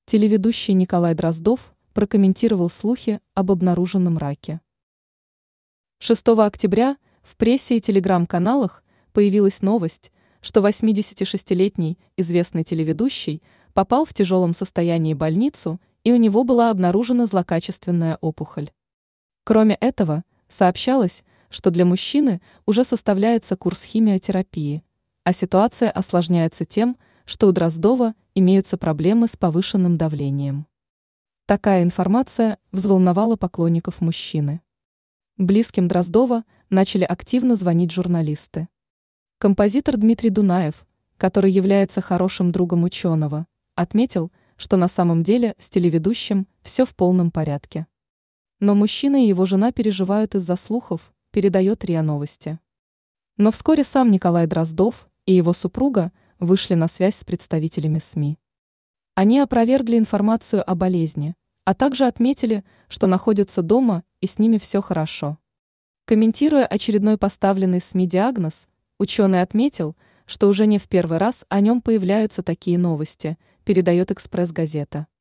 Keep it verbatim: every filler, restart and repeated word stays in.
Телеведущий Николай Дроздов прокомментировал слухи об обнаруженном раке. шестого октября в прессе и телеграм-каналах появилась новость, что восьмидесятишестилетний известный телеведущий попал в тяжелом состоянии в больницу, и у него была обнаружена злокачественная опухоль. Кроме этого, сообщалось, что для мужчины уже составляется курс химиотерапии, а ситуация осложняется тем, что у Дроздова имеются проблемы с повышенным давлением. Такая информация взволновала поклонников мужчины. Близким Дроздова начали активно звонить журналисты. Композитор Дмитрий Дунаев, который является хорошим другом ученого, отметил, что на самом деле с телеведущим все в полном порядке. Но мужчина и его жена переживают из-за слухов, передает РИА Новости. Но вскоре сам Николай Дроздов и его супруга вышли на связь с представителями СМИ. Они опровергли информацию о болезни, а также отметили, что находятся дома и с ними все хорошо. Комментируя очередной поставленный СМИ диагноз, ученый отметил, что уже не в первый раз о нем появляются такие новости, передает «Экспресс-газета».